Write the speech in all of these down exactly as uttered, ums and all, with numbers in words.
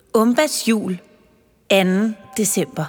Umbas jul, anden december.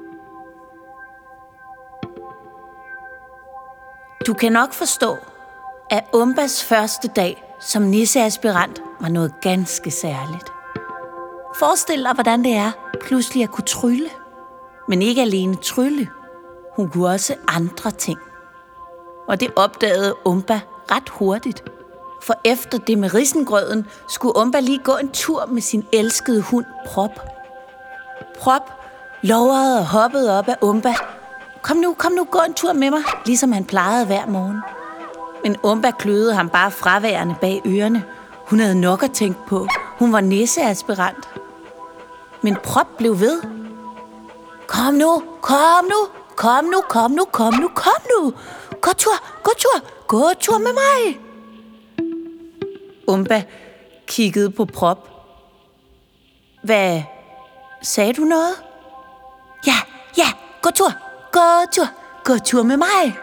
Du kan nok forstå, at Umbas første dag som nisseaspirant var noget ganske særligt. Forestil dig, hvordan det er pludselig at kunne trylle. Men ikke alene trylle. Hun kunne også andre ting. Og det opdagede Umba ret hurtigt. For efter det med risengrøden skulle Umba lige gå en tur med sin elskede hund Prop. Prop lovrede og hoppede op af Umba. Kom nu, kom nu, gå en tur med mig, ligesom han plejede hver morgen. Men Umba kløede ham bare fraværende bag ørerne. Hun havde nok at tænke på. Hun var nisseaspirant. Men Prop blev ved. Kom nu, kom nu, kom nu, kom nu, kom nu, kom nu. Gå tur, gå tur, gå tur med mig. Umba kiggede på Prop. Hvad? Sagde du noget? Ja, ja, gå tur, gå tur, gå tur med mig.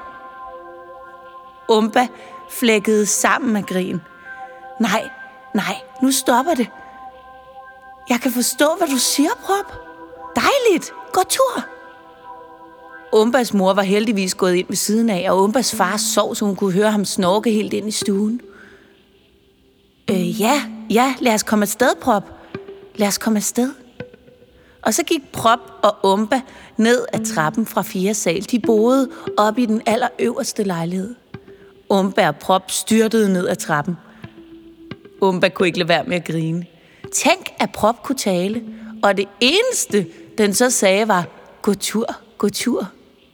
Umba flækkede sammen af grin. Nej, nej, nu stopper det. Jeg kan forstå, hvad du siger, Prop. Dejligt, gå tur. Umbas mor var heldigvis gået ind ved siden af, og Umbas far sov, så hun kunne høre ham snorke helt ind i stuen. Øh, ja, ja, lad os komme afsted, Prop. Lad os komme afsted. Og så gik Prop og Umba ned ad trappen fra fjerde sal. De boede oppe i den allerøverste lejlighed. Umba og Prop styrtede ned ad trappen. Umba kunne ikke lade være med at grine. Tænk, at Prop kunne tale, og det eneste, den så sagde, var, gå tur, gå tur.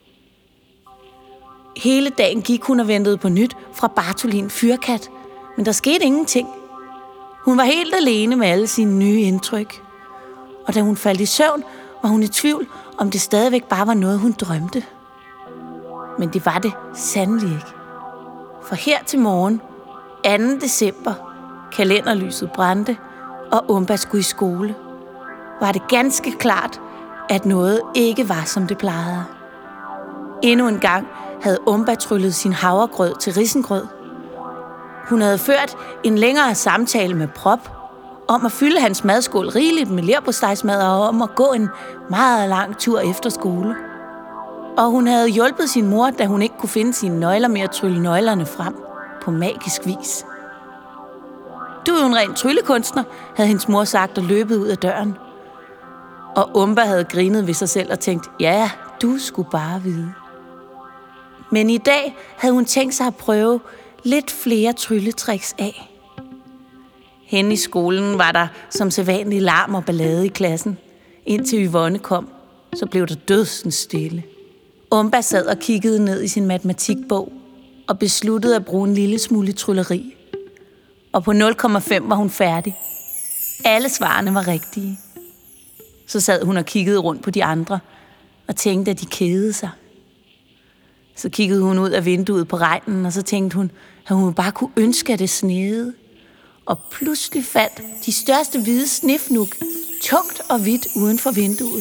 Hele dagen gik hun og ventede på nyt fra Bartolin Fyrkat, men der skete ingenting. Hun var helt alene med alle sine nye indtryk. Og da hun faldt i søvn, var hun i tvivl, om det stadigvæk bare var noget, hun drømte. Men det var det sandelig ikke. For her til morgen, anden december, kalenderlyset brændte, og Umba skulle i skole, var det ganske klart, at noget ikke var, som det plejede. Endnu en gang havde Umba tryllet sin havregrød til risengrød. Hun havde ført en længere samtale med Prop om at fylde hans madskål rigeligt med leverpostejsmad og om at gå en meget lang tur efter skole. Og hun havde hjulpet sin mor, da hun ikke kunne finde sine nøgler med at trylle nøglerne frem på magisk vis. Du er jo en ren tryllekunstner, havde hendes mor sagt og løbet ud af døren. Og Umba havde grinet ved sig selv og tænkt, ja, du skulle bare vide. Men i dag havde hun tænkt sig at prøve lidt flere trylletricks af. Henne i skolen var der som sædvanlig larm og ballade i klassen. Indtil Yvonne kom, så blev der dødsens stille. Umba sad og kiggede ned i sin matematikbog og besluttede at bruge en lille smule trylleri. Og på nul komma fem var hun færdig. Alle svarene var rigtige. Så sad hun og kiggede rundt på de andre og tænkte, at de kedede sig. Så kiggede hun ud af vinduet på regnen, og så tænkte hun, at hun bare kunne ønske, at det sneede. Og pludselig faldt de største hvide snefnug tungt og hvidt uden for vinduet.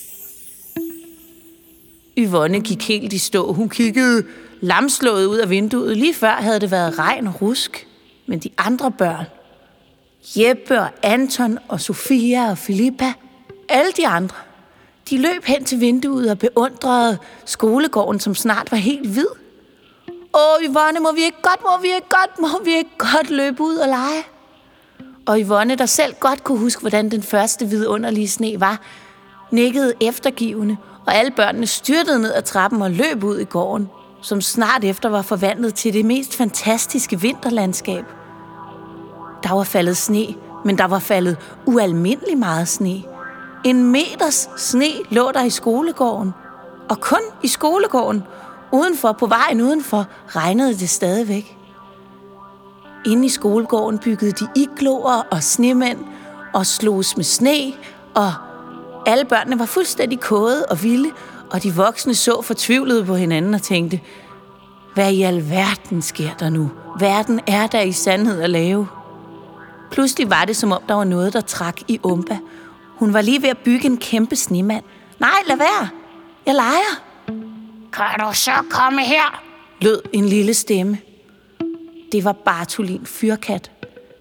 Yvonne gik helt i stå. Hun kiggede lamslået ud af vinduet. Lige før havde det været regn og rusk. Men de andre børn, Jeppe og Anton og Sofia og Filippa, alle de andre, de løb hen til vinduet og beundrede skolegården, som snart var helt hvid. Åh, Yvonne, må vi ikke godt, må vi ikke godt, må vi ikke godt løbe ud og lege? Og Yvonne, der selv godt kunne huske, hvordan den første vidunderlige sne var, nikkede eftergivende, og alle børnene styrtede ned ad trappen og løb ud i gården, som snart efter var forvandlet til det mest fantastiske vinterlandskab. Der var faldet sne, men der var faldet ualmindelig meget sne. En meters sne lå der i skolegården, og kun i skolegården. Udenfor, på vejen udenfor, regnede det stadigvæk. Inde i skolegården byggede de igloer og snemænd og slogs med sne, og alle børnene var fuldstændig kåde og vilde, og de voksne så fortvivlede på hinanden og tænkte, hvad i alverden sker der nu? Verden er der i sandhed at lave. Pludselig var det, som om der var noget, der trak i Umba. Hun var lige ved at bygge en kæmpe snemand. Nej, lad være. Jeg leger. Kan du så komme her? Lød en lille stemme. Det var Bartolin Fyrkat.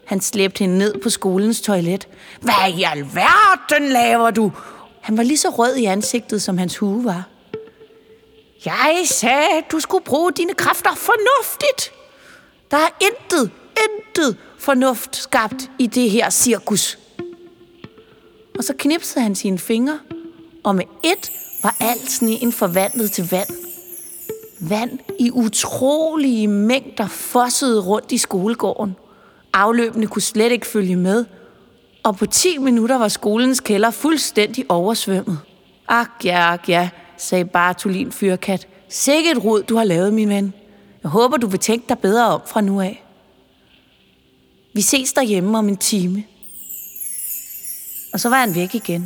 Han slæbte hende ned på skolens toilet. Hvad i alverden laver du? Han var lige så rød i ansigtet, som hans hue var. Jeg sagde, at du skulle bruge dine kræfter fornuftigt. Der er intet, intet fornuft skabt i det her cirkus. Og så knipsede han sine fingre, og med ét var al sneen forvandlet til vand. Vand i utrolige mængder fossede rundt i skolegården. Afløbene kunne slet ikke følge med, og på ti minutter var skolens kælder fuldstændig oversvømmet. Ak ja, ak ja, sagde Bartholin Fyrkat. Sikke et rod, du har lavet, min ven. Jeg håber, du vil tænke dig bedre om fra nu af. Vi ses derhjemme om en time. Og så var han væk igen.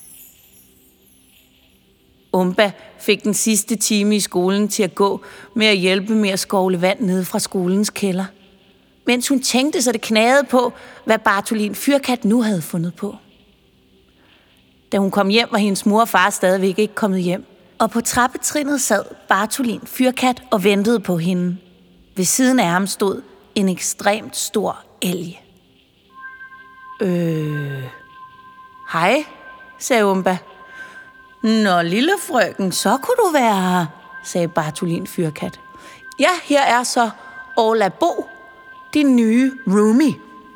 Umba fik den sidste time i skolen til at gå med at hjælpe med at skovle vand ned fra skolens kælder. Mens hun tænkte, så det knagede på, hvad Bartholin Fyrkat nu havde fundet på. Da hun kom hjem, var hendes mor og far stadigvæk ikke kommet hjem. Og på trappetrinnet sad Bartholin Fyrkat og ventede på hende. Ved siden af ham stod en ekstremt stor elg. Øh... Hej, sagde Umba. Nå, lille frøken, så kunne du være her, sagde Bartholin Fyrkat. Ja, her er så Orla Bo, din nye roomie.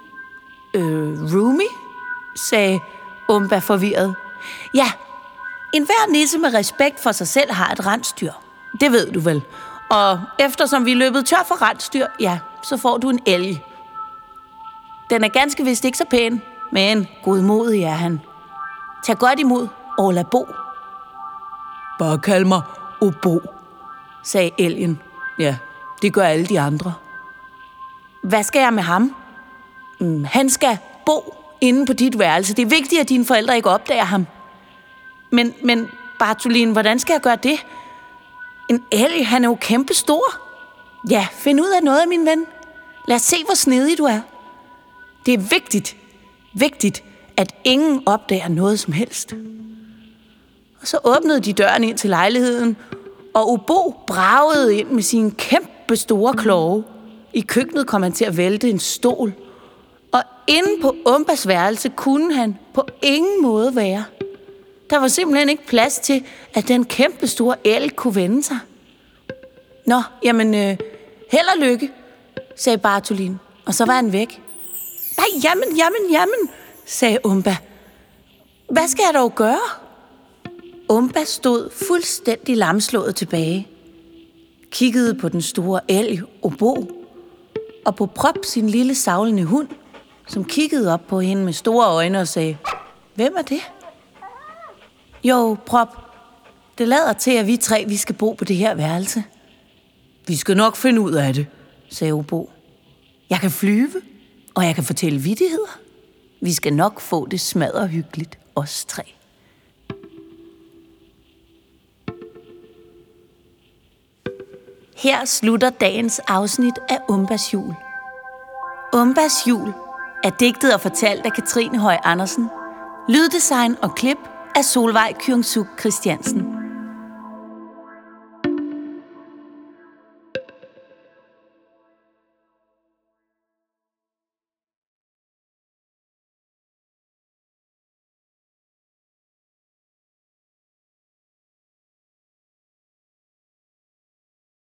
Øh, roomie? Sagde Umba forvirret. Ja, enhver nisse med respekt for sig selv har et rensdyr. Det ved du vel. Og eftersom vi er løbet tør for rensdyr, ja, så får du en elg. Den er ganske vist ikke så pæn, men godmodig er han. Tag godt imod Orla Bo. Bare kald mig Obo, sagde elgen. Ja, det gør alle de andre. Hvad skal jeg med ham? Mm, han skal bo inde på dit værelse. Det er vigtigt, at dine forældre ikke opdager ham. Men, men Bartholin, hvordan skal jeg gøre det? En elg, han er jo kæmpe stor. Ja, find ud af noget, min ven. Lad os se, hvor snedig du er. Det er vigtigt, vigtigt, at ingen opdager noget som helst. Og så åbnede de døren ind til lejligheden, og Obo bragede ind med sine kæmpe store kloge. I køkkenet kom han til at vælte en stol, og inde på Umbas værelse kunne han på ingen måde være. Der var simpelthen ikke plads til, at den kæmpe store elg kunne vende sig. Nå, jamen, øh, held og lykke, sagde Bartholin, og så var han væk. Nej, jamen, jamen, jamen, sagde Umba. Hvad skal jeg dog gøre? Umba stod fuldstændig lamslået tilbage, kiggede på den store elg Obo, og på Prop, sin lille savlende hund, som kiggede op på hende med store øjne og sagde, hvem er det? Jo, Prop, det lader til, at vi tre vi skal bo på det her værelse. Vi skal nok finde ud af det, sagde Obo. Jeg kan flyve, og jeg kan fortælle vittigheder. Vi skal nok få det smadderhyggeligt, os tre. Her slutter dagens afsnit af Umbas jul. Umbas jul er digtet og fortalt af Katrine Høj Andersen. Lyddesign og klip af Solvej Kyungsuk Christiansen.